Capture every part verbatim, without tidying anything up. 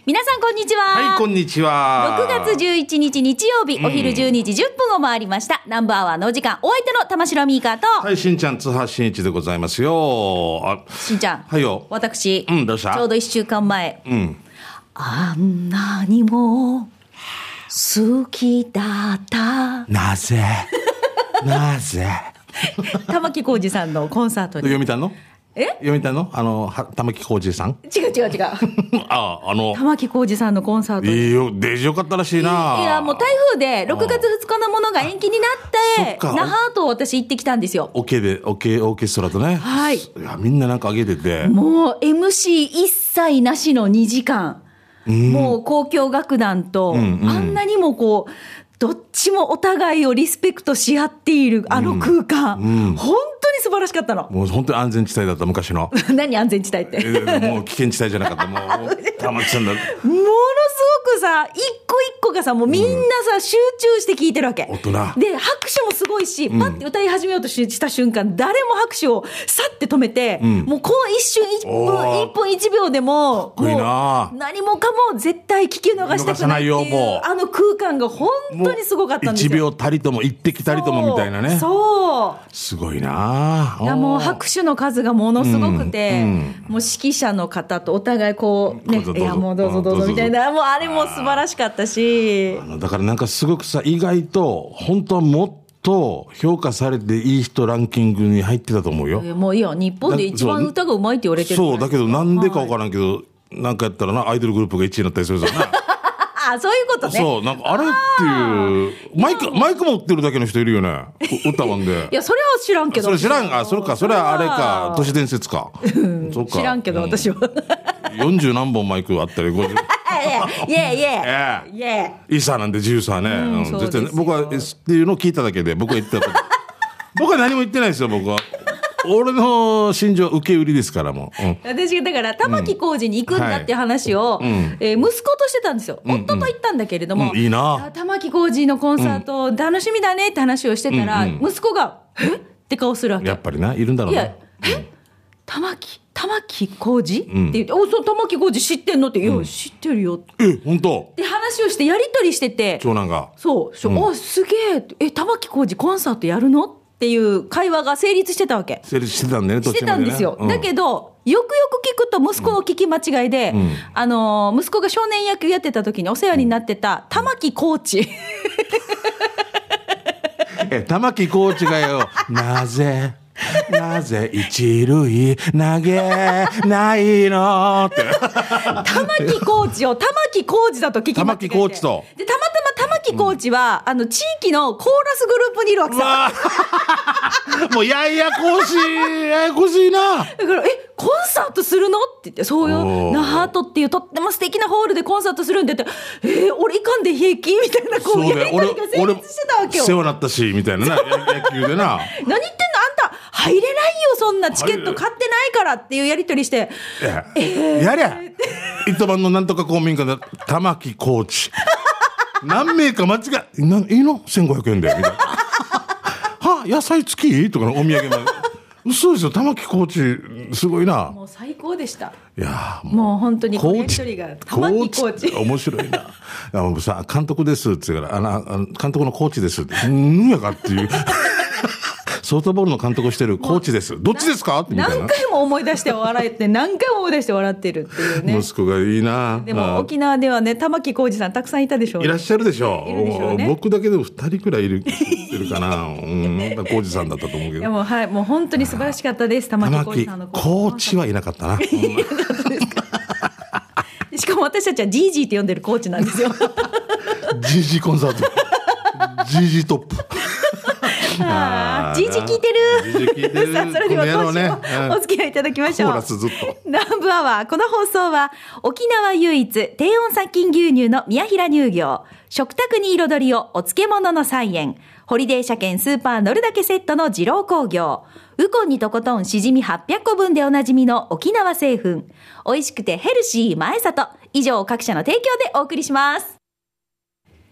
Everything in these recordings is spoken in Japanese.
皆さんこんにちは。 はい、こんにちは。 ろくがつじゅういちにち日曜日、うん、お昼じゅうにじじゅっぷんを回りました。ナンバーアワーのお時間、お相手の玉城ミーカーと、 はい、しんちゃん津波しんいちでございますよ。 あ、しんちゃん、 はいよ。 私、 うん、どうした？ ちょうどいっしゅうかんまえ、 うん、 あんなにも好きだったなぜなぜ玉置浩二さんのコンサートに読みたんのえ読みたのあの玉置浩二さん違う違う違うああの玉置浩二さんのコンサートいいよデージよかったらしいな。 いやもう台風でろくがつふつかのものが延期になって那覇と私行ってきたんですよ。 オケでオケオーケストラとね。 はい。いやみんななんか上げててもう エムシー 一切なしのにじかん、うん、もう交響楽団と、うんうん、あんなにもこうどっちもお互いをリスペクトし合っているあの空間、うんうん、本当に素晴らしかったの。 もう本当に安全地帯だった昔の何安全地帯って、 えー、もう危険地帯じゃなかったもう玉置さんだものすごくさ一個一個がさもうみんなさ、うん、集中して聴いてるわけ。 大人で拍手もすごいし、うん、パッて歌い始めようとした瞬間誰も拍手をさって止めて、うん、もうこの一瞬いっぷんいっぷんいちびょうでももう何もかも絶対聞き逃したくないっていうあの空間が本当にすごかったんですよ。 いちびょうたりとも一滴たりともみたいなね。 そうすごいな。 いやもう拍手の数がものすごくて、うんうん、もう指揮者の方とお互いこうね、いやもうどうぞどうぞみたいな、もうあれも素晴らしかったし、 あのだからなんかすごくさ意外と本当はもっと評価されていい人ランキングに入ってたと思うよ。 もういいよ日本で一番歌がうまいって言われてる。 そうだけどなんでか分からんけど、はい、なんかやったらなアイドルグループがいちいになったりするじゃないあ、そういうことね。 そうなんかあれっていうマイクマイク持ってるだけの人いるよね歌わんでいやそれは知らんけど。 それ知らんあそれかそれはあれか都市伝説かそっか知らんけど、うん、私はよんじゅう何本マイクあったりごじゅういやいやいやいいさなんて自由さね、うん、絶対僕はっていうのを聞いただけで僕は言ったこと僕は何も言ってないですよ。僕は俺の心情は受け売りですからもう、うん、 私がだから玉置浩二に行くんだっていう話を、うんはいえー、息子としてたんですよ、うんうん、夫と行ったんだけれども、 うん、いいな玉置浩二のコンサート、うん、楽しみだねって話をしてたら、うんうん、息子がえって顔するわけ。 やっぱりないるんだろうな。いやえ、うん、玉置玉置浩二、うん、って言っておそう玉置浩二知ってんのって、うん、いや知ってるよえ本当って話をしてやり取りしてて長男がそう、うん、おすげええ玉置浩二コンサートやるのっていう会話が成立してたわけ。 成立してたんだよね。 してたんですよ、うん、だけどよくよく聞くと息子の聞き間違いで、うん、あの息子が少年野球やってた時にお世話になってた玉置コーチえ玉置コーチがよなぜなぜ一塁投げないのって玉置コーチを玉置コーチだと聞き間違えて玉置コーチとでたまたま玉置コーチは、うん、あの地域のコーラスグループにいるわけさもうややこしいややこしいな。 だからえコンサートするのって言ってそうよナハートっていうとっても素敵なホールでコンサートするんでってえー、俺行かんで平気みたいなこうやり取りが成立してたわけよ。 世話になったしみたいなな野球でな何言ってんのあんた入れないよそんなチケット買ってないからっていうやり取りして、 や, えー、やりゃ糸満のなんとか公民館で玉置コーチ何名か間違いないいのせんごひゃくえんでみたいなは野菜付きとかのお土産まで嘘ですよ。玉置コーチすごいな。 もう最高でした。 いやも う, もう本当にコーチが玉置コーチ面白いな。いやもうさ監督ですって言うからあの監督のコーチですってうんやかっていうソフトボールの監督をしてるコーチです。どっちですかってみたいな。 何回も思い出して笑えて何回も思い出して笑ってるっていうね。 息子がいいな。 でも沖縄ではね玉置浩二さんたくさんいたでしょう、ね、 いらっしゃるでしょう。 いるでしょうね。 僕だけでもふたりくらいいるいるかな。うん浩二さんだったと思うけど。いやもうはいもう本当に素晴らしかったです。玉置浩二さんのコーチはいなかったな。 しかも私たちはジージーって呼んでるコーチなんですよ。 ジージーコンサートジージートップあジージー聞いてる。 ジージー聞いてる。 さあそれでは今週もお付き合いいただきましょう。 コーラスずっと南部アワー。この放送は沖縄唯一低温殺菌牛乳の宮平乳業、食卓に彩りをお漬物の菜園、ホリデー車検スーパー乗るだけセットの二郎工業、ウコンにとことんしじみはっぴゃっこぶんでおなじみの沖縄製粉、美味しくてヘルシー前里、以上各社の提供でお送りします。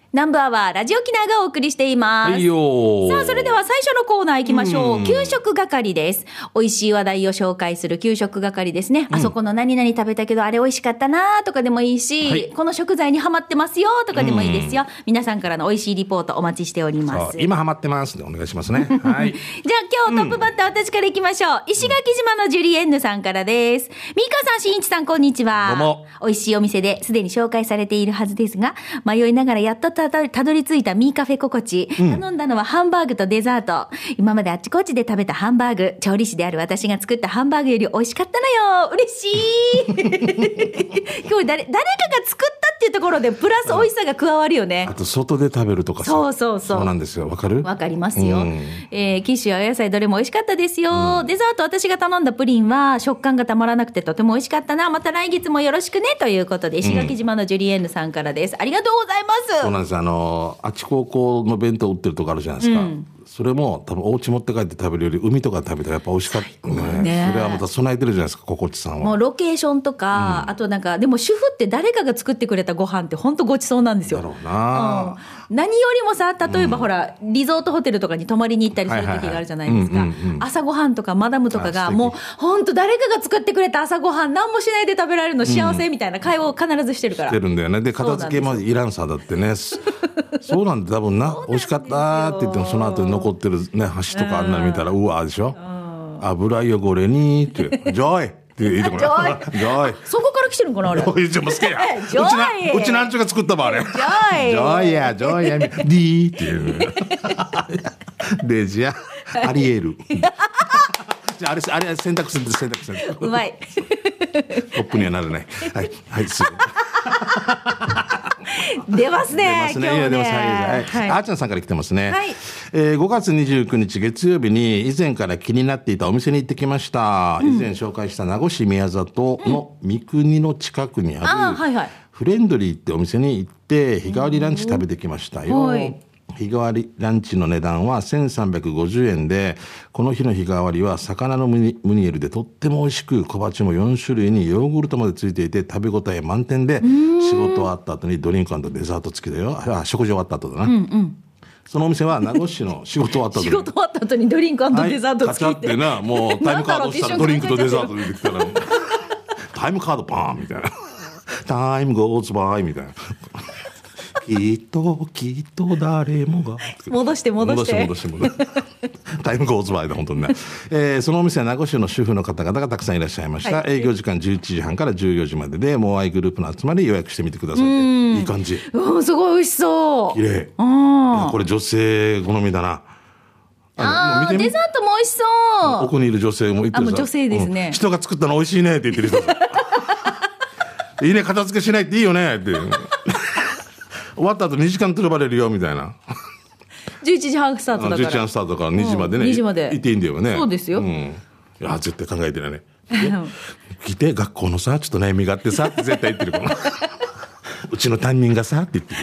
南部アワーラジオキナがお送りしています。 はいよー。 さあ、それでは最初のコーナー行きましょう。 うん給食係です。美味しい話題を紹介する給食係ですね。うん、あそこの何々食べたけどあれ美味しかったなとかでもいいし、はい、この食材にハマってますよとかでもいいですよ。皆さんからの美味しいリポートお待ちしております。 今ハマってますでお願いしますね。はい。じゃあ今日トップバッター私から行きましょう。うん、石垣島のジュリエンヌさんからです。ミカさん、しんいちさん、こんにちは。 どうも。 美味しいお店ですでに紹介されているはずですが、迷いながらやっとたどり、たどり着いたミーカフェ心地、うん、頼んだのはハンバーグとデザート。今まであっちこっちで食べたハンバーグ、調理師である私が作ったハンバーグより美味しかったのよ。嬉しい。今日誰誰かが作ったっていうところでプラス美味しさが加わるよね。 あと外で食べるとかさ。 そうそうそう。 そうなんですよ。わかる？ わかりますよ。うん、えー、キッシュやお野菜どれも美味しかったですよ。うん、デザート私が頼んだプリンは食感がたまらなくてとても美味しかったな。また来月もよろしくねということで石垣島のジュリエンヌさんからです。ありがとうございます。 そうなんです。あのあっち高校の弁当売ってるとこあるじゃないですか。うん、それも多分お家持って帰って食べるより海とかで食べたらやっぱ美味しかったね。ね、それはまた備えてるじゃないですか、心地さんは。 もうロケーションとか、うん、あとなんかでも主婦って誰かが作ってくれたご飯って本当ごちそうなんですよ。 だろうな、 うん、何よりもさ、例えばほら、うん、リゾートホテルとかに泊まりに行ったりする時があるじゃないですか。朝ごはんとかマダムとかがもう本当誰かが作ってくれた朝ごはん何もしないで食べられるの幸せみたいな会話を必ずしてるから。 してるんだよね。で片付けもいらんさだってね。そうなんで多分な、美味しかったって言ってもその後に残ってるね箸とかあんなの見たら、うん、うわでしょ、うん、油汚れにってジョイって言ってこないジョイそこから来てるのかなあれ。 ジョイも好きやうちなうちなんちゅうが作ったばあれジョイジョイやジョイやディーっていうレジやアリエルじゃあ、あれあれ選択するんです。選択するうまいトップにはならない。はいはいすぐ出ますね。 出ますね。 今日ね。いや出ます。はいはい。はい、あーちゃんさんから来てますね。 はい。 えー、ごがつにじゅうくにち月曜日に以前から気になっていたお店に行ってきました。うん、以前紹介した名護市宮里の三国の近くにある、うんあはいはい、フレンドリーってお店に行って日替わりランチ食べてきましたよ。はい日替わりランチの値段はせんさんびゃくごじゅうえんで、この日の日替わりは魚のムニ、ムニエルでとっても美味しく、小鉢もよんしゅるいにヨーグルトまでついていて食べ応え満点で、仕事終わった後にドリンク&デザート付きだよ。あ、食事終わった後だな。うんうん、そのお店は名護市の仕事終わった後に仕事終わった後にドリンク&デザート付きって、はい、 カチャってな、もうタイムカードしたらドリンクとデザート出てきたらタイムカードパーンみたいなタイムゴーズバイみたいなきっときっと誰もが戻して戻して戻して戻してタイムゴーズバイだ本当にね、えー、そのお店は名護市の主婦の方々がたくさんいらっしゃいました、はい、営業時間じゅういちじはんからじゅうよじまででモアイグループの集まり予約してみてくださいっていい感じ。 うんすごい美味しそう綺麗。あこれ女性好みだな。 ああデザートも美味しそう。 奥にいる女性も言ってるさあもう女性ですね、 うん、人が作ったの美味しいねって言ってる人いいね片付けしないっていいよねって終わった後にじかんと呼ばれるよみたいなじゅういちじはんスタートだからじゅういちじはんスタートからにじまでね、うん、にじまで行っていいんだよね。 そうですよ、うん、 いや絶対考えてないね来て学校のさちょっと悩みがあってさって絶対言ってるからうちの担任がさって言ってる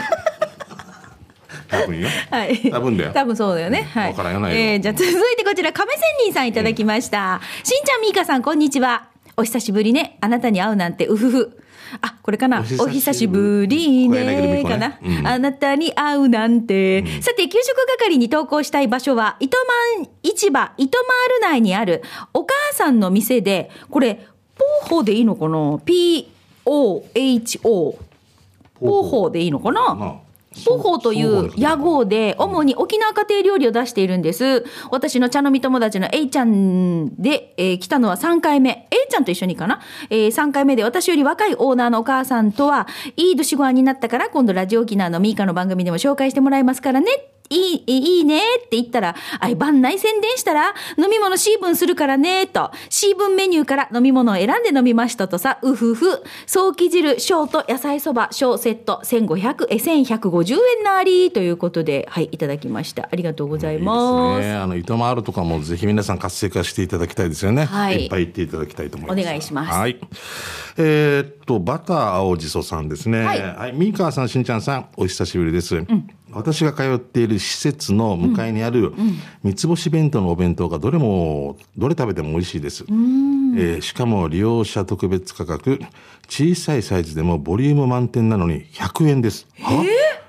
多分よ、はい、多分だよ多分そうだよね、はい、 分からんよないよ、 えー、じゃあ続いてこちら亀仙人さんいただきました、うん、しんちゃんみーかさんこんにちは。お久しぶりね。あなたに会うなんてうふふ。あ、これかな。お久しぶりねかな、うん、あなたに会うなんて、うん、さて給食係に投稿したい場所は糸満市場糸満内にあるお母さんの店で、これポーホーでいいのかな ピーオーエイチオー ポーホーでいいのかな。ポホという屋号で主に沖縄家庭料理を出しているんです。私の茶飲み友達の A ちゃんで、えー、来たのはさんかいめ。A ちゃんと一緒にかな、えー、さんかいめで私より若いオーナーのお母さんとはいい年ごわになったから今度ラジオ沖縄のミーカの番組でも紹介してもらいますからね。いい、いいねって言ったら、あい、番内宣伝したら、飲み物 C 分するからねと、C 分メニューから飲み物を選んで飲みましたとさ、うふふ、早期汁、小と野菜そば、小セット、せんごひゃく、え、せんひゃくごじゅうえんなりということで、はい、いただきました。ありがとうございます。いいですね。 あの、糸満あるとかもぜひ皆さん活性化していただきたいですよね。はい。いっぱい行っていただきたいと思います。 お願いします。 はい。えー、っと、バター青じそさんですね。はい。はい、ミーカーさん、しんちゃんさん、お久しぶりです。うん。私が通っている施設の向かいにある三つ星弁当のお弁当がどれもどれ食べても美味しいです、えー、しかも利用者特別価格、小さいサイズでもボリューム満点なのにひゃくえんです。は、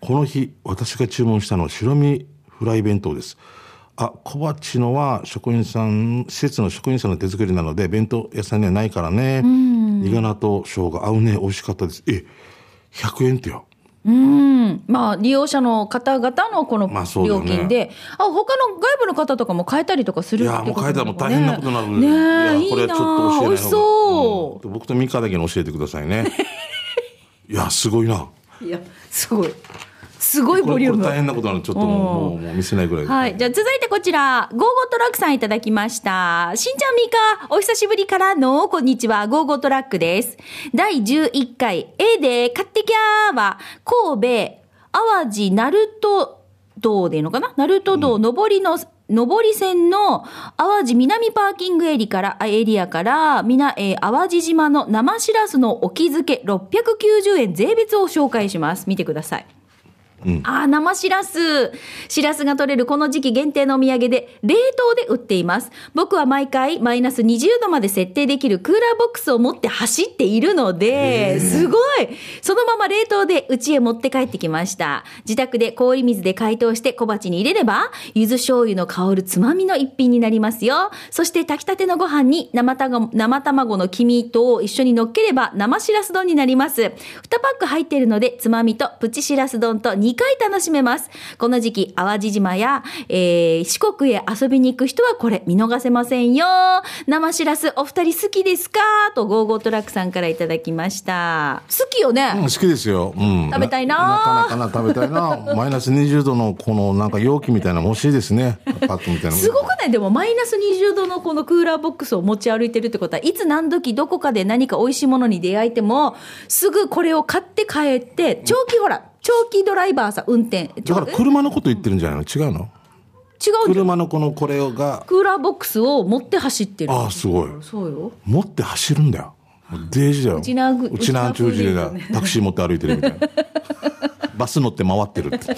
この日私が注文したのは白身フライ弁当です。あ、小鉢のは職員さん、施設の職員さんの手作りなので弁当屋さんにはないからね。ニガナと生姜合うね、美味しかったです。え、ひゃくえんってよ。 うん、まあ利用者の方々のこの料金で、まあね、あ、他の外部の方とかも買えたりとかするってことなのかね。 いや、もう買えたらもう大変なことになるね。いや、これはちょっと教えない方が。美味しそう、 うん、僕とミカだけに教えてくださいね。いや、すごいな。 いや、すごい。すごいボリューム。 これ大変なことなのでちょっともう、もう見せないぐらい。 はい。じゃあ続いてこちら、ゴーゴートラックさんいただきました。しんちゃんみか、お久しぶりからのこんにちは、ゴーゴートラックです。だいじゅういっかい、A で買ってきゃーは、神戸、淡路、鳴門道でいいのかな、鳴門道、上りの、上り線の淡路南パーキングエリから、エリアから、みな、えー、淡路島の生しらすの沖漬けろっぴゃくきゅうじゅうえん税別を紹介します。見てください。うん、あ、生しらす。しらすが取れるこの時期限定のお土産で冷凍で売っています。僕は毎回マイナスにじゅうどまで設定できるクーラーボックスを持って走っているので、すごい。そのまま冷凍で家へ持って帰ってきました。自宅で氷水で解凍して小鉢に入れれば、柚子醤油の香るつまみの一品になりますよ。そして炊きたてのご飯に生たが生卵の黄身と一緒に乗っければ生しらす丼になります。にパック入っているので、つまみとプチしらす丼とにかい楽しめます。この時期、淡路島や、えー、四国へ遊びに行く人はこれ見逃せませんよ。生しらすお二人好きですかとゴーゴートラックさんからいただきました。好きよね。 うん、好きですよ。うん、 食べたいな。 なかなかな食べたいな。マイナスにじゅうどのこのなんか容器みたいなの欲しいですね。パックみたいな。 すごくない？でもマイナスにじゅうどのこのクーラーボックスを持ち歩いてるってことは、いつ何時どこかで何か美味しいものに出会えてもすぐこれを買って帰って長期、うん、ほら長期ドライバーさ運転だから車のこと言ってるんじゃないの？違うの？ 違う。 車のこのこれがクーラーボックスを持って走ってる。 ああ、すごい。 そうよ。 持って走るんだよ。デージだよ。うちなぐうちなちゅうじでだ、ね、タクシー持って歩いてるみたいな。バス乗って回ってるって。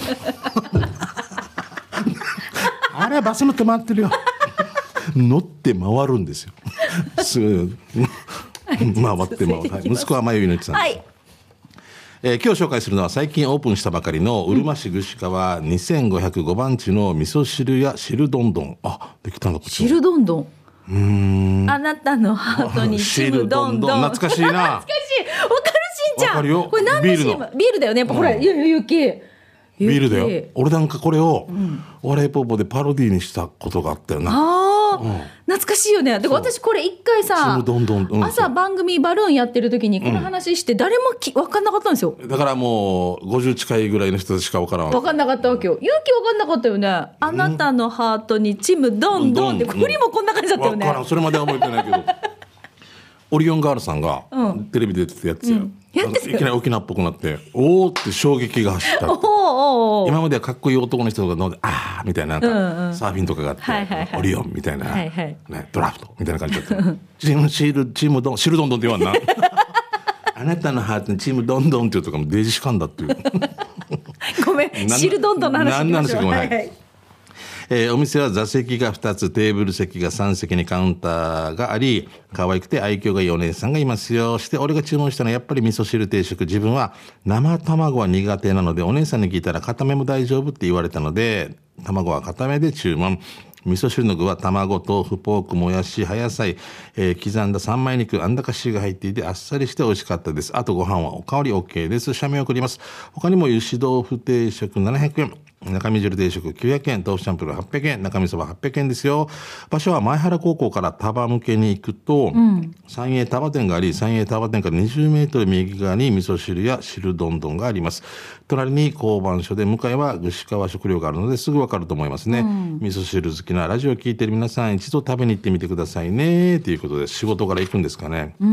あれバス乗って回ってるよ。乗って回るんですよ。すごい。回って回る。はい、息子はまゆみのちさん。はい。えー、今日紹介するのは最近オープンしたばかりのうるま市串川にせんごひゃくごばん地の味噌汁や汁どんどん。あ、できたのこっち。 汁どんどん。 うーん。 あなたのハートに汁どんどん。 懐かしいな。 懐かしい。わかるしんちゃん。 わかるよ。 これ何のビールの。 ビールだよね。やっぱこれ、ゆゆき。 ビールだよ。俺なんかこれを、うん、お笑いポーポでパロディーにしたことがあったよな。 ああ、うん、懐かしいよね。で私これ一回さ、 どんどん、うん、 朝番組バルーンやってる時にこの話して誰もき分かんなかったんですよ。 だからもうごじゅう近いぐらいの人しか分からん。 分かんなかったわけよ。勇気分かんなかったよね。あなたのハートにチムどんどんって、これもこんな感じだったよね。 分からん。それまでは覚えてないけど。オリオンガールさんがテレビで出てたやつよ、うん、やってたよ。いきなり沖縄っぽくなっておーって衝撃が走った。おーおー、今まではかっこいい男の人が飲んであーみたいな、なんか、うんうん、サーフィンとかがあって、はいはいはい、オリオンみたいな、はいはいね、ドラフトみたいな感じだったチームシールチームドンシルドンドンって言わんな。あなたのハートにチームドンドンっていうとかもデージしかんだっていう。 ごめん、シルドンドンの話何なんですか。ごめん、はいはい。えー、お店は座席がふたつ、テーブル席がさん席にカウンターがあり、可愛くて愛嬌がいいお姉さんがいますよ。して俺が注文したのはやっぱり味噌汁定食。自分は生卵は苦手なので、お姉さんに聞いたら固めも大丈夫って言われたので、卵は固めで注文。味噌汁の具は卵、豆腐、ポーク、もやし、葉野菜、えー、刻んだ三枚肉、あんだかしが入っていてあっさりして美味しかったです。あとご飯はおかわり OK です。写メを送ります。他にも油脂豆腐定食ななひゃくえん、中身汁定食きゅうひゃくえん、豆腐チャンプルーはっぴゃくえん、中身そばはっぴゃくえんですよ。場所は前原高校から田場向けに行くと、うん、三栄田場店があり、三栄田場店からにじゅうメートル右側に味噌汁や汁どんどんがあります。隣に交番所で、向かいは串川食料があるのですぐわかると思いますね、うん、味噌汁好きなラジオ聞いてる皆さん、一度食べに行ってみてくださいねということで、仕事から行くんですかね。うん、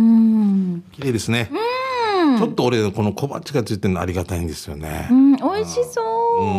綺麗ですね。うん、ちょっと俺この小鉢がついてるのありがたいんですよね。 うん、美味しそう。うん、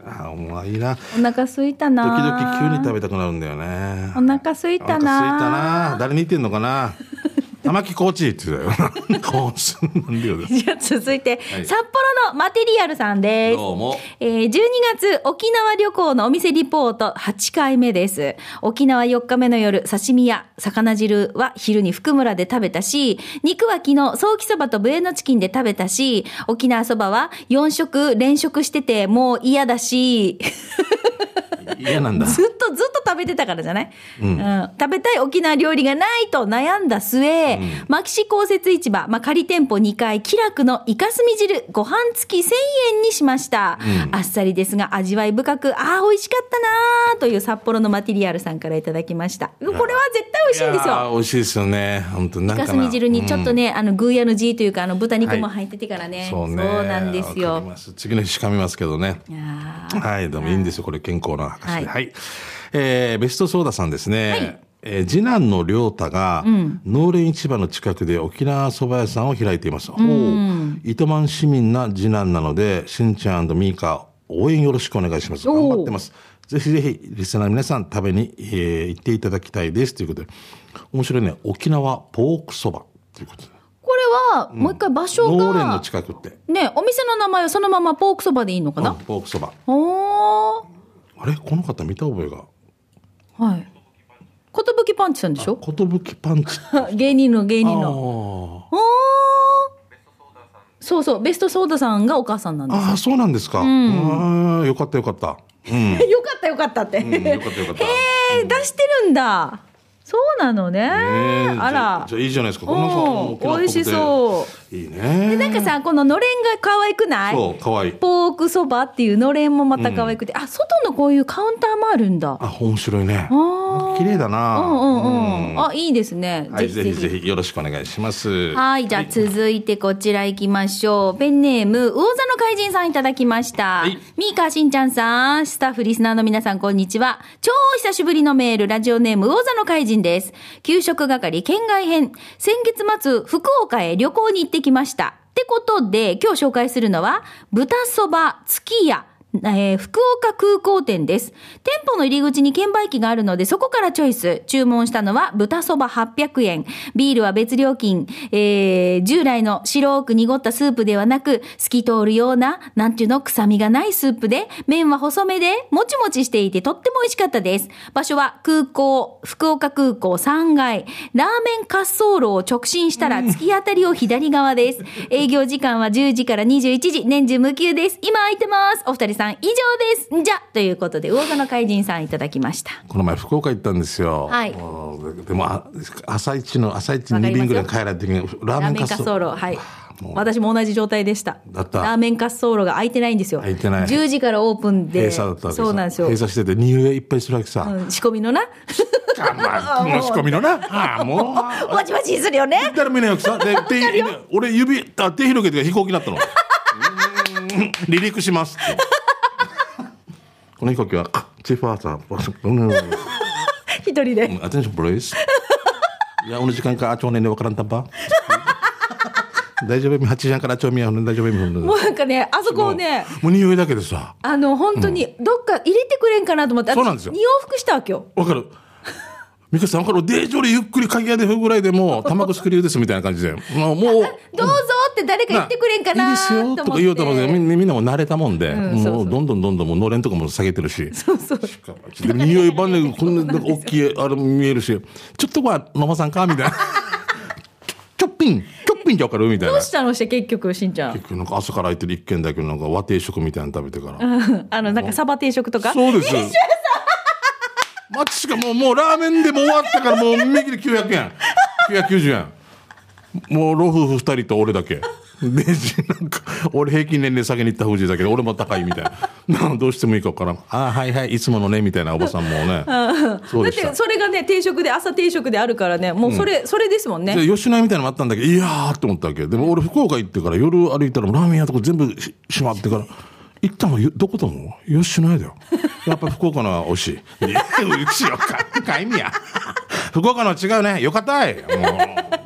あ、うまいな。 お腹空いたな。 時々急に食べたくなるんだよね。 お腹空いたな。 お腹空いたな。誰に言ってんのかな。 玉木コーチって言ってたよ。コースなんでよです。 じゃあ続いて、 はい、 札幌のマテリアルさんです。 どうも。 えー、じゅうにがつ沖縄旅行のお店リポートはちかいめです。沖縄よっかめの夜、刺身や魚汁は昼に福村で食べたし、肉は昨日ソーキそばとブエノチキンで食べたし、沖縄そばはよん食連食しててもう嫌だし、 嫌なんだ。 ずっとずっと食べてたからじゃない、 うんうん、食べたい沖縄料理がないと悩んだ末、うん、牧師公設市場、まあ、仮店舗にかい気楽のイカスミ汁ご飯付きせんえんにしました、うん、あっさりですが味わい深く、あー美味しかったなという札幌のマテリアルさんからいただきました。これは絶対美味しいんですよ。 美味しいですよね。本当なんかな、 イカスミ汁にちょっとね、うん、あのグーヤの字というかあの豚肉も入っててからね、はい、そうね、そうなんですよ。 次の日しかみますけどね。はい、でもいいんですよ、これ健康な証で、はい、はい、えー、ベストソーダさんですね、はい、えー、次男の亮太が、うん、農連市場の近くで沖縄そば屋さんを開いています。うん、糸満市民な次男なので、しんちゃん&ミーカ応援よろしくお願いします。頑張ってます。ぜひぜひリスナーの皆さん食べに、えー、行っていただきたいですということで、面白いね、沖縄ポークそばということで、 これはもう一回場所が、 農連の近くってね、お店の名前はそのままポークそばでいいのかな、うん、 ポークそば。 おー、あれ、この方見た覚えが。 はい。ことぶきパンチさんでしょ。 ことぶきパンチ。 芸人の芸人の。おー。そうそう、ベストソーダさんがお母さんなんです。 ああ、そうなんですか。うん、あ、よかったよかった。うん、 よかったよかったって。うん、よかったよかった。へえ、出してるんだ。そうなのね。あら。 じゃあいいじゃないですか。この美味しそう。 いいね。 で、なんかさ、こののれんが可愛くない？ そう、可愛い。 ポークそばっていうのれんもまた可愛くて、うん、あ、外のこういうカウンターもあるんだ。 あ、面白いね。綺麗だな。 うんうんうん。うん、あ、いいですね。 はい、ぜひぜひよろしくお願いします。 はい、じゃあ続いてこちら行きましょう。ペンネーム、魚座の怪人さんいただきました。はい、ミーカーしんちゃんさん、スタッフリスナーの皆さんこんにちは。超久しぶりのメール、ラジオネーム、魚座の怪人です。給食係県外編、先月末福岡へ旅行に行ってきました。ってことで今日紹介するのは豚そば月屋、えー、福岡空港店です。店舗の入り口に券売機があるのでそこからチョイス。注文したのは豚そばはっぴゃくえん。ビールは別料金。えー、従来の白く濁ったスープではなく透き通るようななんていうの臭みがないスープで、麺は細めでもちもちしていてとっても美味しかったです。場所は空港、福岡空港さんがい。ラーメン滑走路を直進したら突き当たりを左側です。営業時間はじゅうじからにじゅういちじ。年中無休です。今空いてます。お二人さん以上です。じゃということで魚座の怪人さんいただきました。 この前福岡行ったんですよ。 はい。 でも朝一の朝一に便ぐらい帰られてラーメン滑走路、 はい。私も同じ状態でした。 だった。 ラーメン滑走路が空いてないんですよ。 空いてない。 じゅうじからオープンで。 閉鎖だったわけ。 そうなんですよ。 閉鎖してて匂いがいっぱいするわけさ。 うん、仕込みのな。 まあ、仕込みのな。ああ、もう。 わちわちするよね。 誰もいないわけさ。で、手、俺指、あ、手広げて飛行機になったの。離陸しますって。この飛行機はチェファーさん一人でアテンションプレイスいや、おの時間かあちょうねんでわからんたんば大丈夫はちじはんからあちょうみや大丈夫もうなんかね、あそこをねもう匂いだけでさ、 あの本当にどっか入れてくれんかなと思って、 そうなんですよ。 に往復したわけよ。 わかるミカさん分かる。デージョリゆっくり鍵屋でふぐらいでも卵作りですみたいな感じでもうもうどうぞって誰か言ってくれんかな。 いいですよとか言おうと思うけど、みんなも慣れたもんで、うん、もうどんどんどんどんもうのれんとかも下げてるし、 そうそうで匂いばねこんな大きいあれ見えるし、ちょっとは飲まさんかみたいなちょっぴんちょっぴんじゃ分かるみたいな。 どうしたのして結局しんちゃん。 結局なんか朝から空いてる一軒だけどなんか和定食みたいなの食べてから、 うん、あのなんかサバ定食とか。 そうです。マチしかもうもうラーメンでも終わったからもう右できゅうひゃくえんきゅうひゃくきゅうじゅうえんもう老夫婦ふたりと俺だけでなんか俺平均年齢下げに行った藤井だけど俺も高いみたいなどうしてもいいか分からん。ああはいはいいつものねみたいなおばさんもねそうでした。だってそれがね定食で朝定食であるからねもうそれ、うん、それですもんね。 吉野家みたいなのもあったんだけどいやーって思ったわけでも俺福岡行ってから夜歩いたらラーメン屋とか全部閉まってから行ったのどこと思う？吉野家だよ。やっぱ福岡のは美味しい。いや、美味しいよか。かいみや。福岡のは違うね。よかったい。もう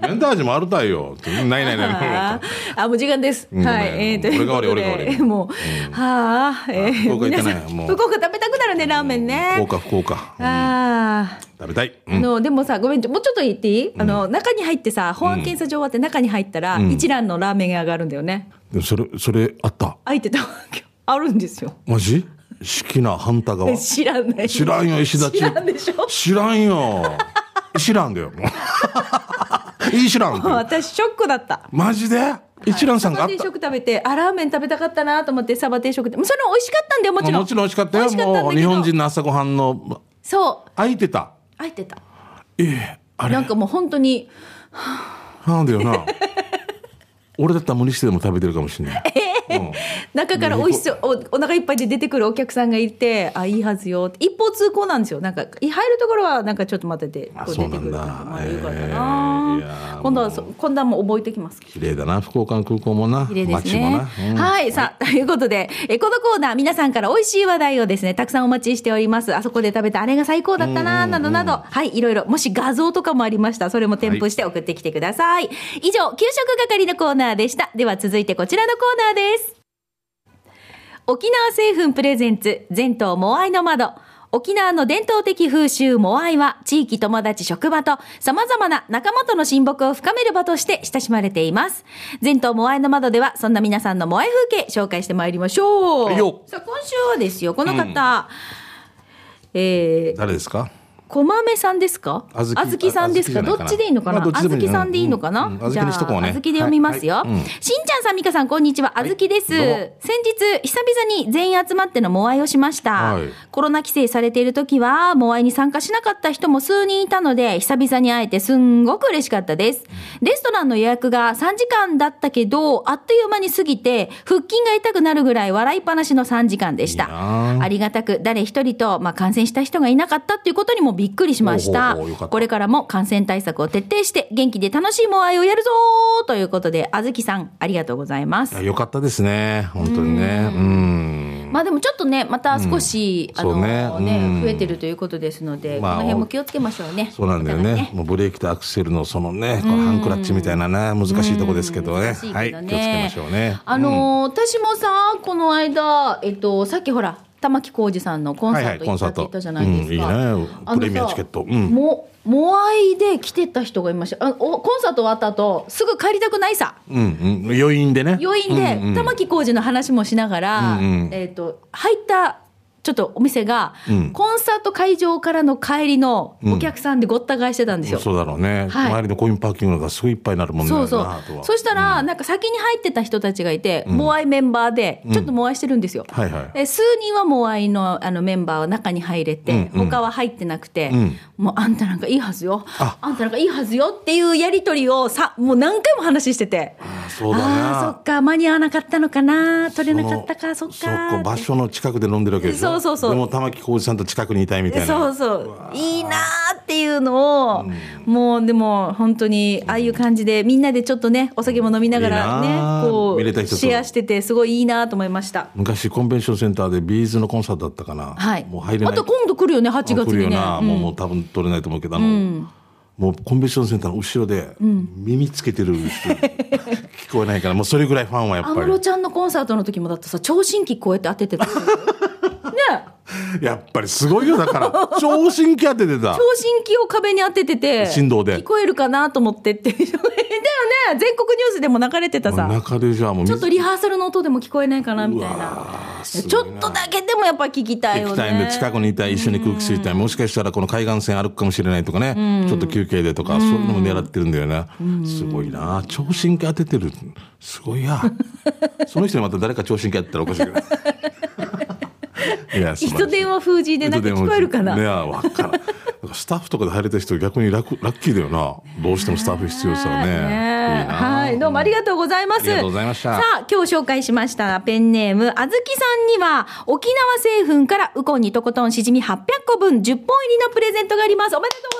メンタージもあるたいよ。ないないないない。 ああ、もう時間です。 うん、 はい。えー、ということで俺が悪い俺が悪い。 もう、うん、はあ、えー、 福岡行ってない。もう。 福岡食べたくなるね、ラーメンね。 福岡、福岡。 うん、ああ。 食べたい。 うん、あの、でもさ、ごめん、もうちょっと言っていい、うん、あの、中に入ってさ、保安検査場終わって中に入ったら、うん、一蘭のラーメン屋があるんだよね。 でもそれ、それ、あった。 開いてた。あるんですよ。 マジ？好きな反対側。 知らない。 知らんよ、石立。 知らんでしょ。 知らんよ。知らんだよ。いい知らん。 私ショックだった。 マジで？一蘭さんがあった。 サバ定食食べて、あ、ラーメン食べたかったなと思ってサバ定食って、それ美味しかったんだよ、もちろん。 もちろん美味しかったよ。もう日本人の朝ごはんの。 そう。 空いてた。 空いてた。 ええ、あれ。 なんかもう本当に。 なんだよな。俺だったら無理してでも食べてるかもしれない。 うん、中から美味しそう、お、お腹いっぱいで出てくるお客さんがいて、あ、いいはずよって一方通行なんですよ。なんか入るところはなんかちょっと待っててこう出てくるから、まあよかったな、えー、今度はそ今度はもう覚えてきます。 綺麗だな、福岡の空港もな、 綺麗ですね、 街もな、うん、 はい、さあということでえこのコーナー皆さんから美味しい話題をですねたくさんお待ちしております。あそこで食べたあれが最高だったななどなど、はいいろいろ、もし画像とかもありましたそれも添付して送ってきてください、はい、以上給食係のコーナーでした。では続いてこちらのコーナーです。沖縄製粉プレゼンツ全島モアイの窓。沖縄の伝統的風習モアイは地域、友達、職場と様々な仲間との親睦を深める場として親しまれています。全島モアイの窓ではそんな皆さんのモアイ風景紹介してまいりましょう。 はいよ。 さあ今週はですよこの方、うん、えー、 誰ですか？ 小豆さんですか？あずきさんですか？どっちでいいのかな？あずきさんでいいのかな？ あずきにしとこうね。 あずきで読みますよ。はいはいうん、しんちゃんさん、みかさん、こんにちは。あずきです。はい、先日、久々に全員集まってのモアイをしました。はい、コロナ規制されている時は、モアイに参加しなかった人も数人いたので、久々に会えてすんごく嬉しかったです。レストランの予約がさんじかんだったけど、あっという間に過ぎて、腹筋が痛くなるぐらい笑いっぱなしのさんじかんでした。いいありがたく、誰一人と、まあ、感染した人がいなかったっていうことにもびっくりしました。これからも感染対策を徹底して元気で楽しいモアイをやるぞということで、あずきさんありがとうございます。 よかったですね本当にね。うんうんまあでもちょっとねまた少し、うん、あのね、ね増えてるということですので、まあ、この辺も気をつけましょうね。 そうなんだよね、ねもうブレーキとアクセルのそのねこのハンクラッチみたいなね難しいとこですけどね、 ねはい、気をつけましょうね。 あのーうん、私もさこの間、えっと、さっきほら玉置浩二さんのコンサート行ったって言ったじゃないですか。 はいはい、うん、いいねプレミアチケット、うん、 もモアイで来てた人がいました。あコンサート終わった後すぐ帰りたくないさ、 うんうん、余韻でね余韻で、うんうん、玉置浩二の話もしながら、うんうんえー、と入ったちょっとお店が、うん、コンサート会場からの帰りのお客さんでごった返してたんですよ、 うん、そうだろうね、はい、周りのコインパーキングがすごいいっぱいになるもんね。 そうそう、そしたら、うん、なんか先に入ってた人たちがいて、うん、モアイメンバーでちょっとモアイしてるんですよ、うんはいはい、え数人はモアイ の, あのメンバーは中に入れて、うんうん、他は入ってなくて、うん、もうあんたなんかいいはずよ あ, あんたなんかいいはずよっていうやり取りをさもう何回も話してて、 あそうだな、 あそっか間に合わなかったのかな取れなかったかそっかそっか場所の近くで飲んでるわけでしょ。 そうそうそう、 でも玉置浩二さんと近くにいたいみたいな。 そうそういいなっていうのを、うん、もうでも本当にああいう感じでみんなでちょっとねお酒も飲みながらね、うん、こうシェアしててすごいいいなと思いました。 昔コンベンションセンターでビーズのコンサートだったかな、 はい、 もう入れない。 あと今度来るよねはちがつにね。来るよな、 うん、もうもう多分取れないと思うけどあの、うんもうコンベンションセンターの後ろで耳つけてる人、うん、聞こえないからもうそれぐらいファンはやっぱり。 安室ちゃんのコンサートの時もだってさ聴診器こうやって当ててたねやっぱりすごいよだから聴診器当ててた聴診器を壁に当ててて振動で聞こえるかなと思ってってだよね全国ニュースでも流れてたさ中でじゃあもうちょっとリハーサルの音でも聞こえないかなみたいなちょっとだけでもやっぱ聞きたいよね。聞きたいんで近くにいたい一緒に空気吸いたい、もしかしたらこの海岸線歩くかもしれないとかね、うん、ちょっと休憩でとか、うん、そういうのも狙ってるんだよね、うん、すごいな聴診器当ててるすごいやその人にまた誰か聴診器当てたらおかしいけどいや糸電話封じでなんか聞こえるかな。 いや分からんスタッフとかで入れた人逆に ラ, ラッキーだよな。どうしてもスタッフ必要さはね。ねいいな。 はい、どうもありがとうございます。 ありがとうございました。 さあ今日紹介しましたペンネームあずきさんには沖縄製粉からウコンにとことんしじみはっぴゃっこぶんじゅっぽん入りのプレゼントがあります。おめでとうございます。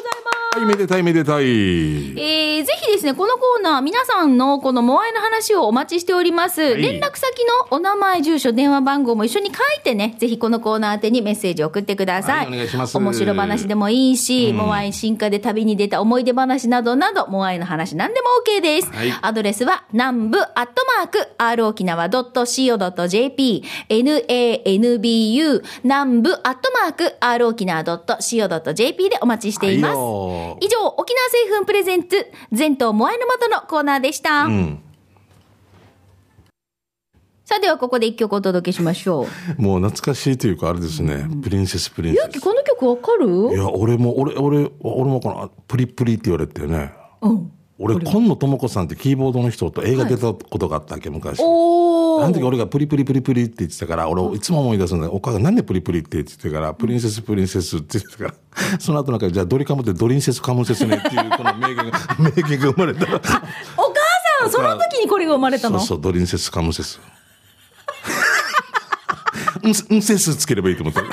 はい、めでたいめでたい。 えー、ぜひですね、このコーナー、皆さんのこのモアイの話をお待ちしております。 はい、 連絡先のお名前、住所、電話番号も一緒に書いてね、ぜひこのコーナー宛てにメッセージを送ってください。 はい、お願いします。 面白話でもいいし、うん、モアイ進化で旅に出た思い出話などなど、モアイの話何でも OK です。はい、アドレスは、南部アットマーク、r 沖縄 .co.jp、ナンブ 南部アットマーク、r 沖縄 .co.jp でお待ちしています。はい、以上、沖縄製粉プレゼンツ全島モアイの元のコーナーでした、うん、さあではここで一曲お届けしましょう。もう懐かしいというかあれですね、うん、プリンセスプリンセス。 ゆうきこの曲わかる？ いや俺も俺俺俺もこのプリプリって言われてね、うん、俺今野智子さんってキーボードの人と映画出たことがあったっけ昔。おあの時俺がプリプリプリプリって言ってたから俺いつも思い出すんだよ。お母がなんでプリプリって言ってたからプリンセスプリンセスって言ってたからその後なんかじゃあドリカムってドリンセスカムセスねっていうこの名言が名言が生まれたらお母さんその時にこれが生まれたの？ そうそうドリンセスカムセスうんうんセスつければいいと思ってる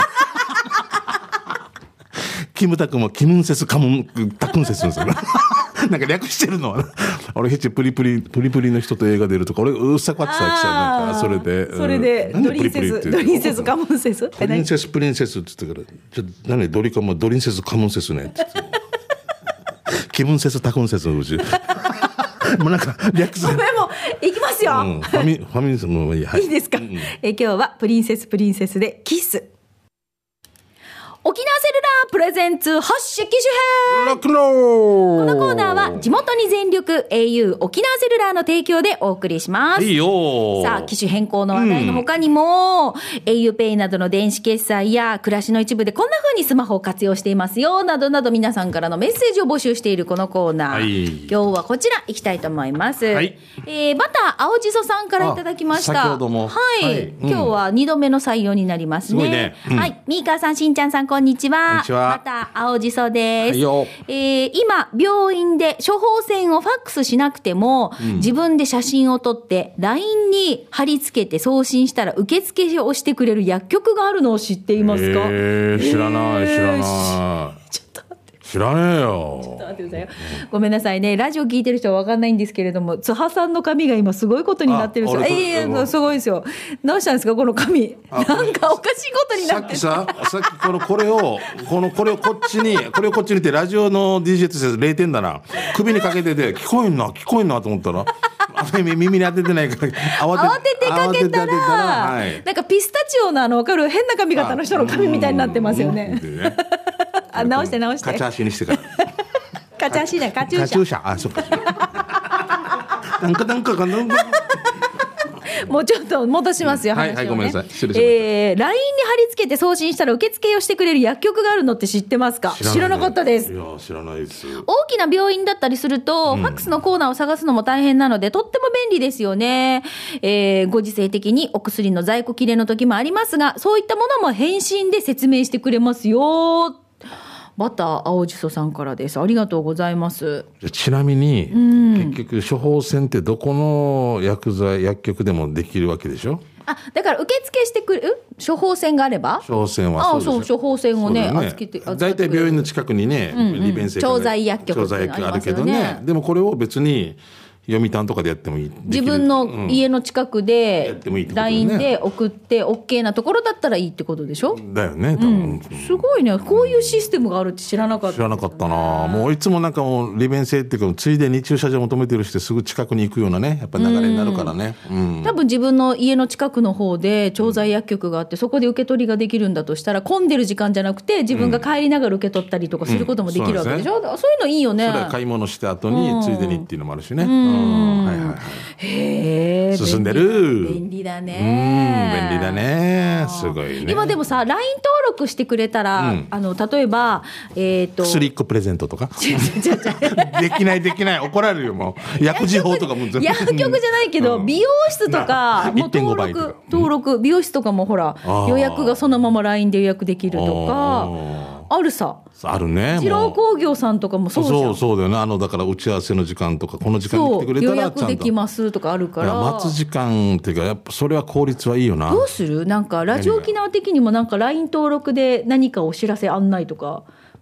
キムタクもキムンセスカムンタクンセスですよなんか略してるのは俺ヘチプリプリプリプリの人と映画出るとか俺うっさくわってさなんかそれでそれで、うん、ドリンセスドリンセスカムンセスプリンセスプリンセスって言ってからじゃあ何ドリカムドリンセスカムンセスねって言ってキムンセスタクンセスのうちもうなんか略すごめんもういきますよ、うん、 ファミファミリーもいい、はい、 いいですか、うん、え今日はプリンセスプリンセスでキス。沖縄セルラープレゼンツ発色機種編ロックノー。 このコーナーは地元に全力 エーユー 沖縄セルラーの提供でお送りします。 いいよ。 さあ機種変更の話題の他にも、うん、エーユーペイなどの電子決済や暮らしの一部でこんな風にスマホを活用していますよなどなど皆さんからのメッセージを募集しているこのコーナー、はい、今日はこちら行きたいと思います、はい、えー、バター青じそさんからいただきました。 先ほども、 はい、はい、うん、今日はにどめの採用になりますね。すごいね、うん、はい、ミーカーさんしんちゃんさんこんにちは。また青じそです、はいよ、えー、今病院で処方箋をファックスしなくても、うん、自分で写真を撮って ライン に貼り付けて送信したら受付をしてくれる薬局があるのを知っていますか？ えー、知らない、えー、知らないちょっと待って知らねえよ。 ちょっと待ってくださいよ、うん、ごめんなさいね、ラジオ聞いてる人は分かんないんですけれども津波さんの髪が今すごいことになってるんですよ。ええー、すごいですよ。どうしたんですかこの髪、なんかおかしいことになってる。 さっきささっきこのこれをこのこれをこっちにこれをこっちにってラジオの ディージェー としてれいてんだな首にかけてて聞こえんな聞こえんなと思ったら耳に当ててないから慌て て, 慌ててかけたら、はい、なんかピスタチオのあの分かる変な髪型の人の髪みたいになってますよね。あ直して直してカチャ足にしてからカチャ足だカチューシャカチューシャあそうかなんかなんかなんかもうちょっと戻しますよ、 はい、話をね、はい、はい、ごめんなさい失礼しました、 えー、ライン に貼り付けて送信したら受付をしてくれる薬局があるのって知ってますか？知らなかったです。 いや知らないです。 大きな病院だったりすると、うん、ファックスのコーナーを探すのも大変なのでとっても便利ですよね、えー、ご時世的にお薬の在庫切れの時もありますがそういったものも返信で説明してくれますよ。バター青じそさんからです。ありがとうございます。 ちなみに、うん、結局処方箋ってどこの薬剤薬局でもできるわけでしょ？ あ、だから受付してくる処方箋があれば処方箋はそうです。 あ、そう処方箋をね預けてだいたい病院の近くにね、うんうん、利便性調剤薬局ってあるけどね。 でもこれを別に読谷とかでやってもいい。 自分の家の近くで ライン で送って OK なところだったらいいってことでしょ？ だよね多分、うん、 すごいね。こういうシステムがあるって知らなかった、ね、 知らなかったな。もういつもなんかもう利便性っていうかついでに駐車場求めてる人すぐ近くに行くようなねやっぱ流れになるからね、うんうん、 多分自分の家の近くの方で調剤薬局があってそこで受け取りができるんだとしたら混んでる時間じゃなくて自分が帰りながら受け取ったりとかすることもできるわけでしょ、うんうん そうですね、そういうのいいよね。 それは買い物した後についでにっていうのもあるしね、うんうんはいはいへー進んでる。 便利だね。 うん便利だね。すごいね。 今でもさ ライン 登録してくれたら、うん、あの例えば、えー、と薬いっこプレゼントとかできないできない怒られるよもう薬事法とかも全部薬局じゃないけど、うん、美容室とかも登録登録美容室とかもほら予約がそのまま ライン で予約できるとかあるさ。 あるね。 二郎工業さんとかもそうじゃん。 そうそうだよね。あのだから打ち合わせの時間とかこの時間に来てくれたら予約できますとかあるから待つ時間っていうかやっぱそれは効率はいいよな。 どうするなんかラジオ沖縄的にもなんか ライン 登録で何かお知らせ案内とか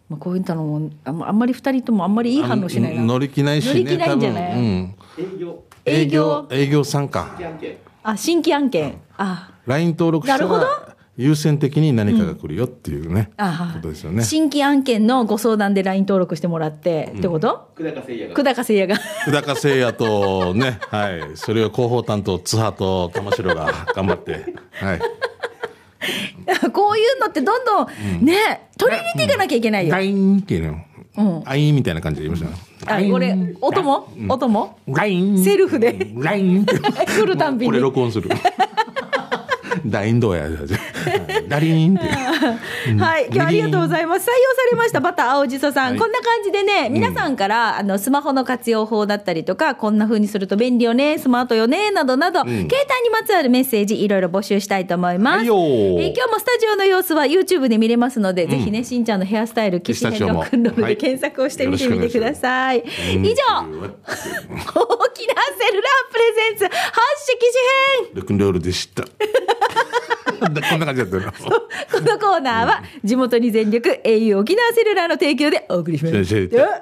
まあ、こういったのもあんまあんまりふたりともあんまりいい反応しないな。 乗り気ないしね。 乗り気ないんじゃない？ 多分うん、 営業営業営業さんか。 あ、新規案件。あ、 ライン 登録したなるほどら優先的に何かが来るよっていうね、 うん、あことですよね。 新規案件のご相談で ライン 登録してもらって、うん、ってこと？ 久高誠也が久高誠也が久高誠也とね、はい、それを広報担当津波と玉城が頑張ってはいこういうのってどんどん、うん、ね取り入れていかなきゃいけないよ。 ラインっていうの、うん、アインみたいな感じで言いましたね。 あ、これ音も、うん、音もラインセルフでラインって来るたんびにこれ録音するラインどうやラリーンってはい、今日はありがとうございます。採用されましたバター青じそさん、はい、こんな感じでね、皆さんから、うん、あのスマホの活用法だったりとか、こんな風にすると便利よね、スマートよねなどなど、うん、携帯にまつわるメッセージいろいろ募集したいと思います。はい、えー、今日もスタジオの様子は YouTube で見れますので、うん、ぜひね、しんちゃんのヘアスタイル岸辺ロックンロールで検索をしてみてみてください。はい、以上、大きなセルラープレゼンツ発色紙編ロックンロールでしたこんな感じだったよこのコーナーは地元に全力 エーユー 沖縄セルラーの提供でお送りします。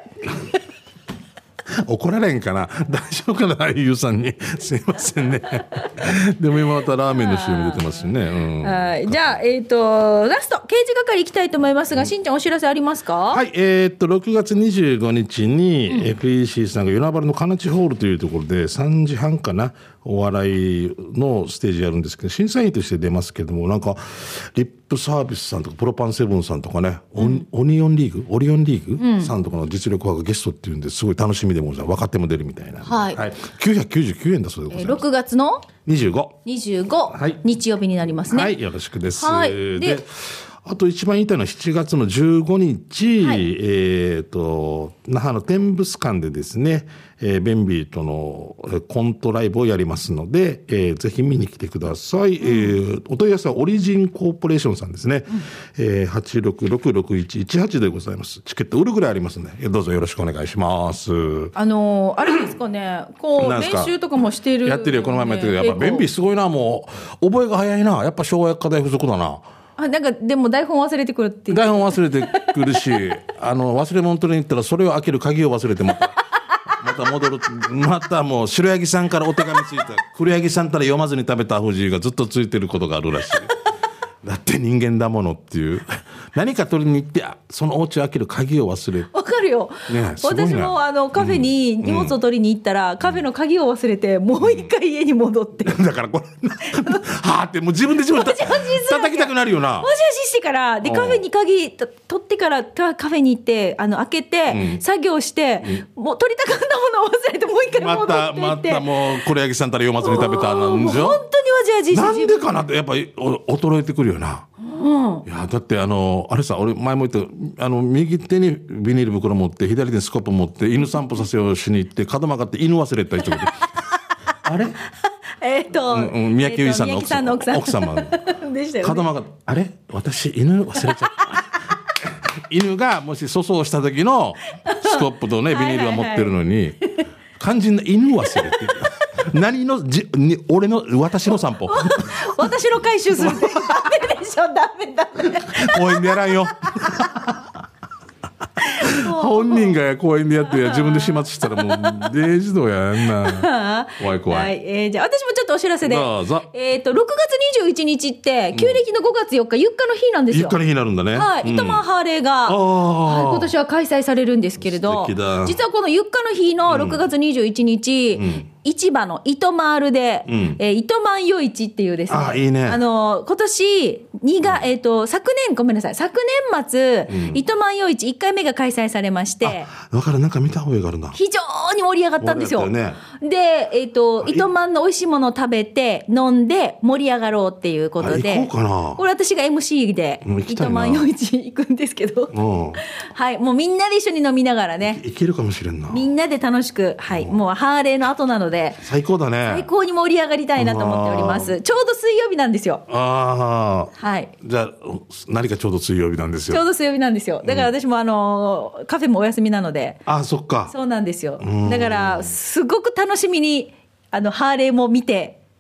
怒られんかな、大丈夫かな、エーユー さんにすいませんねでも今またラーメンの シーエム 出てますね、うん、 はい、じゃあ、えー、とラスト刑事係いきたいと思いますが、うん、しんちゃんお知らせありますか？ はい、えー、っとろくがつにじゅうごにちに、うん、エフイーシー さんが与那原のカナチホールというところでさんじはんかな、お笑いのステージやるんですけど、審査員として出ますけども、なんかリップサービスさんとかプロパンセブンさんとかね、うん、オニオンリーグオリオンリーグさんとかの実力派がゲストっていうんですごい楽しみでも分かっても出るみたいな、はいはい、きゅうひゃくきゅうじゅうきゅうえんだそうでございます。 ろくがつのにじゅうご、 にじゅうご、はい、日曜日になりますね。 はい、よろしくです。 はい、 で、あと一番言いたいのはしちがつのじゅうごにち、はい、えーと那覇の天物館でですね、えー、ベンビーとのコントライブをやりますので、えー、ぜひ見に来てください。うん、えー、お問い合わせはオリジンコーポレーションさんですね。うん、えー、はちろくろくろくいちいちはちでございます。チケット売るぐらいありますので、どうぞよろしくお願いします。 あのー、あれですかね、こう練習とかもしてる、 やってるよ、この前もやってる。やっぱベンビーすごいな、もう覚えが早いな。やっぱ昭和薬科大附属だな。 あ、なんかでも台本忘れてくるっていう。 台本忘れてくるしあの忘れ物取りに行ったらそれを開ける鍵を忘れてまたまた戻るまたもう白柳さんからお手紙ついた黒柳さんから読まずに食べた藤井がずっとついてることがあるらしいだって人間だものっていう何か取りに行ってそのお家を開ける鍵を忘れわかるよ、ね、私もあのカフェに荷物を取りに行ったら、うん、カフェの鍵を忘れてもう一回家に戻って、 うん、だからこれはあってもう自分で自分で叩きたくなるよな。 もしもししてからでカフェに鍵取ってからカフェに行ってあの開けて、うん、作業して、うん、もう取りたかったものを忘れてもう一回戻っていってまたまたもう黒柳さんたら読まずに食べたなんでしょ。 本当にわじわじしてなんでかなってやっぱり衰えてくるよな。うん、いやだってあのあれさ、俺前も言ったあの右手にビニール袋持って左手にスコップ持って犬散歩させようしに行って角曲がって犬忘れた人があれえっと、 うんうん、三宅由衣さんの奥様、奥様でしたよね。 角曲がってあれ私犬忘れちゃった犬がもし粗相した時のスコップとねビニールは持ってるのに、はいはいはい、肝心な犬忘れて何のじに俺の私の散歩私の回収するってダメでしょ。ダメダメ公園でやらんよ本人が公園でやって自分で始末したらもうデイジドやんな怖い怖い、 はいえー、じゃあ私もちょっとお知らせで、 どうぞ。 えー、とろくがつにじゅういちにちって旧暦のごがつよっか、うん、ゆっかの日なんですよ。 ゆっかの日になるんだね。 はい、糸満ハーレーが、はい、今年は開催されるんですけれど、実はこのゆっかの日のろくがつにじゅういちにち、うんうん市場の糸満ールで、うんえー、糸満夜市っていうですね、 あいいね、 あの今年にが、えー、と昨年ごめんなさい昨年末、うん、糸満夜市いっかいめが開催されまして、 だからなんか見た覚えがあるな。 非常に盛り上がったんですよ。 ね、 で、えー、と糸満の美味しいものを食べて飲んで盛り上がろうっていうことで、 行こうかな。 これ私が エムシー で糸満夜市行くんですけど、うん、はいもうみんなで一緒に飲みながらね、 いけるかもしれんな。 みんなで楽しく、はい、もうハーレーの後なので最高だね。 最高に盛り上がりたいなと思っております。ちょうど水曜日なんですよ。 ああ、 はい。 じゃあ何かちょうど水曜日なんですよ。 ちょうど水曜日なんですよ。だから私もあの、うん、カフェもお休みなので。 あ、そっか。 そうなんですよ。だからすごく楽しみにあのハーレーも見て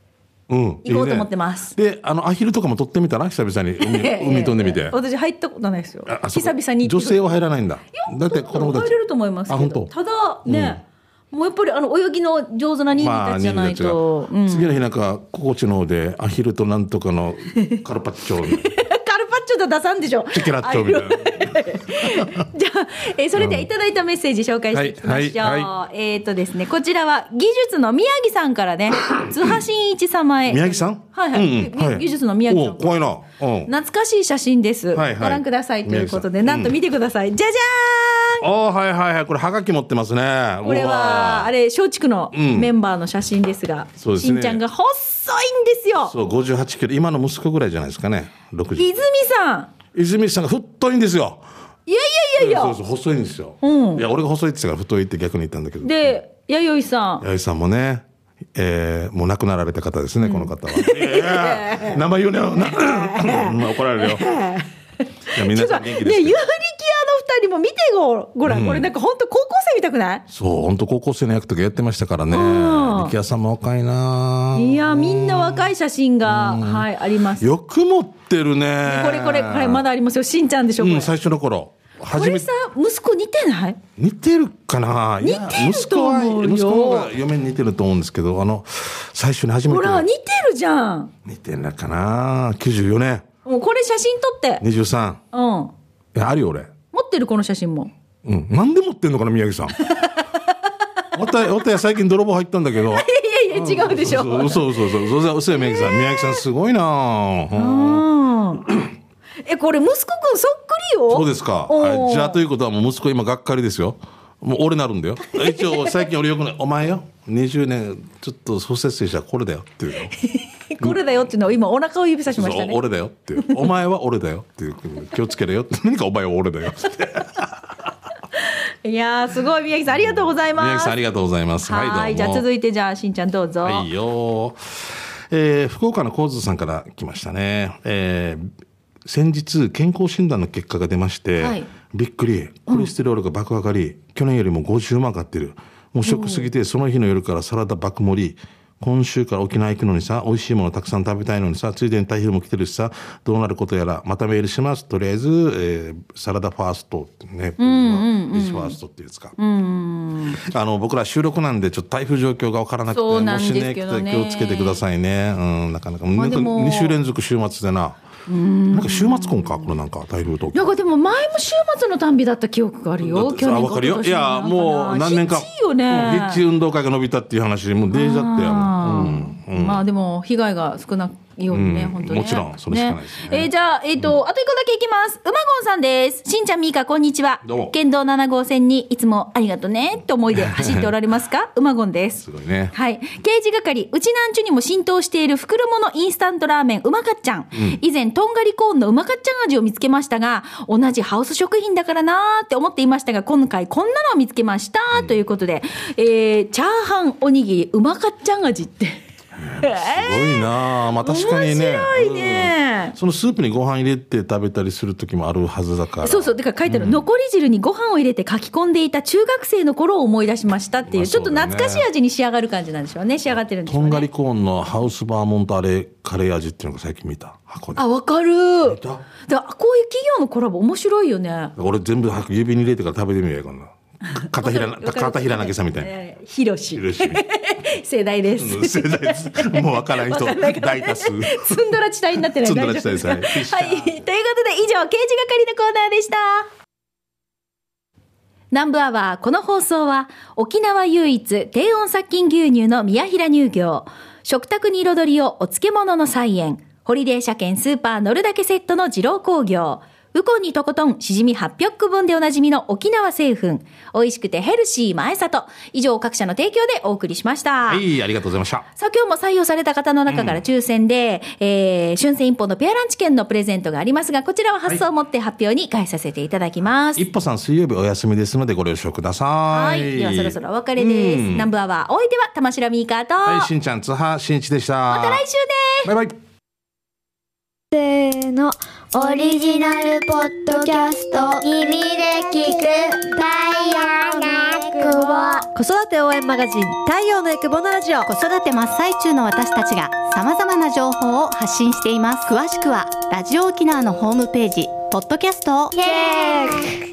うん、 行こうと思ってます。 いいね、で、あのアヒルとかも取ってみたら久々に 海, 海飛んでみて。 私入ったことないですよ。久々に。 女性は入らないんだ。だって子供たち入れると思いますけど。ただね、うん、もうやっぱりあの泳ぎの上手な人間たちじゃないと。まあうん、 次の日なんか高知の方でアヒルとなんとかのカルパッチョ。 カルパッチョと出さんでしょ。 チェケラッチョみたいな。 じゃあ、えー、それでいただいたメッセージ紹介していきましょう。はいはいはい、えっ、ー、とですね、こちらは技術の宮城さんからね、津波真一様へ。 宮城さん？ はいはい。うんうんはい、技術の宮城さん。 怖いな。 懐かしい写真です。はいはい、ご覧くださいということで、なんと見てください。うん、じゃじゃーん。 おーはいはいはい。これはがき持ってますね。 これはあれ松竹のメンバーの写真ですが、うん、しんちゃんが細いんですよ。 そうごじゅうはちキロ、今の息子ぐらいじゃないですかね。ろくじゅう。 泉さん。 泉さんが太いんですよ。 いやいやいやいや、 そうそう細いんですよ、うん、いや俺が細いって言ったから太いって逆に言ったんだけど。 で弥生さん、 弥生さんもね、えー、もう亡くなられた方ですね、うん、この方は。いや名前言うねよ怒られるよ。いや皆さん元気ですけど、ね、ユーリキアの二人も見てごごらん、うん、これなんか本当高校生みたくない？ そう本当高校生の役とかやってましたからね。リキアさんも若いな。 いやみんな若い写真が、はい、あります。 よく持ってるね。 これこれこれまだありますよ。しんちゃんでしょこれ、 うん、最初の頃。 これさ息子似てない？ 似てるかな。 似てると思うよ。 息子は息子が嫁に似てると思うんですけど、あの最初に初めて。 ほら似てるじゃん。 似てるのかな。きゅうじゅうよねん。 もうこれ写真撮ってにじゅうさん。 うん。 いやあるよ俺。 持ってるこの写真も。 うん。なんで持ってんのかな宮城さん。おたおたや最近泥棒入ったんだけど。いやいや違うでしょ。 嘘嘘嘘嘘嘘嘘よ宮城さん。宮城さんすごいな。うん。 えこれ息子くんそっくりよ。 そうですか。じゃあということはもう息子今がっかりですよ。もう俺なるんだよ。一応最近俺よくねお前よにじゅうねんちょっと創設者これだよっていうの。これだよっていうのを今お腹を指さしましたね。 そう俺だよっていうお前は俺だよっていう気をつけろよって何かお前は俺だよって。 いやーすごい宮城さんありがとうございます。 宮城さんありがとうございます。 はい、はい、じゃあ続いてじゃあしんちゃんどうぞ。 はいよ、えー、福岡の高津さんから来ましたね。えー先日健康診断の結果が出まして、はい、びっくりコレステロールが爆上がり、うん、去年よりもごじゅうまん上がってる。もうショックすぎてその日の夜からサラダ爆盛り。今週から沖縄行くのにさ美味しいものたくさん食べたいのにさついでに台風も来てるしさどうなることやらまたメールします。とりあえず、えー、サラダファーストってね、うんうんうん、ビジファーストっていうんですか、うん、あの僕ら収録なんでちょっと台風状況が分からなくてそうなんですけどね、 もしね気をつけてくださいね、うん、なかなか、まあ、に週連続週末でなうんなんか週末婚かこれなんか台風となんかでも前も週末のたんびだった記憶があるよ。去年かるよ。いやもう何年かヒッチよね。 ヒッチ運動会が伸びたっていう話もうデージだったよ、うんうん、 まあでも被害が少ないようにね、うん、本当に、ね、 もちろんそれしかないですね。 ねえー、じゃあ、えーとうん、あと一個だけいきます。馬ゴンさんです。しんちゃんみーかこんにちは。県道なな号線にいつもありがとねって思いで走っておられますか馬ゴンです。 すごいね。 はい。刑事係うちなんちゅにも浸透している袋物インスタントラーメンうまかっちゃん、うん、以前とんがりコーンのうまかっちゃん味を見つけましたが同じハウス食品だからなーって思っていましたが今回こんなのを見つけました、うん、ということで、えー、チャーハンおにぎりうまかっちゃん味ってすごいな、まあ、確かにね、 面白いね、 うん、そのスープにご飯入れて食べたりする時もあるはずだから。 そうそうだから書いてある、うん、残り汁にご飯を入れて書き込んでいた中学生の頃を思い出しましたっていう、まあそうだね、ちょっと懐かしい味に仕上がる感じなんでしょうね。仕上がってるんでしょうね。 とんがりコーンのハウスバーモントあれカレー味っていうのが最近見た箱で。 あ分かる。だからこういう企業のコラボ面白いよね。 俺全部指に入れてから食べてみようやこんな片平片平投げさんみたいな、えー、 ひろし世代です、 うん、世代ですもう分からん人大多数ツンドラ地帯になってない。 ツンドラ地帯です、はい、はい、 ということで以上刑事係のコーナーでした。南部アワーこの放送は沖縄唯一低温殺菌牛乳の宮平乳業、食卓に彩りをお漬物の菜園、ホリデー車検スーパー乗るだけセットの二郎工業、ウコンにとことんしじみはっぴゃくぶんでおなじみの沖縄製粉、美味しくてヘルシー前里、以上各社の提供でお送りしました。 はい、ありがとうございました。 さあ今日も採用された方の中から抽選で、うん、えー、春戦一歩のペアランチ券のプレゼントがありますが、こちらは発送をもって発表に返させていただきます。 はい、一歩さん水曜日お休みですのでご了承ください。 はい、ではそろそろお別れです。うん、南部アワーお相手は玉城ミーカーと、 はい、しんちゃん津波しんいちでした。 また来週ね。 バイバイ。 せーの、オリジナルポッドキャスト耳で聞く太陽のエクボ、 子育て応援マガジン太陽のエクボのラジオ、 子育て真っ最中の私たちが様々な情報を発信しています。詳しくはラジオ沖縄のホームページ、ポッドキャストをチェック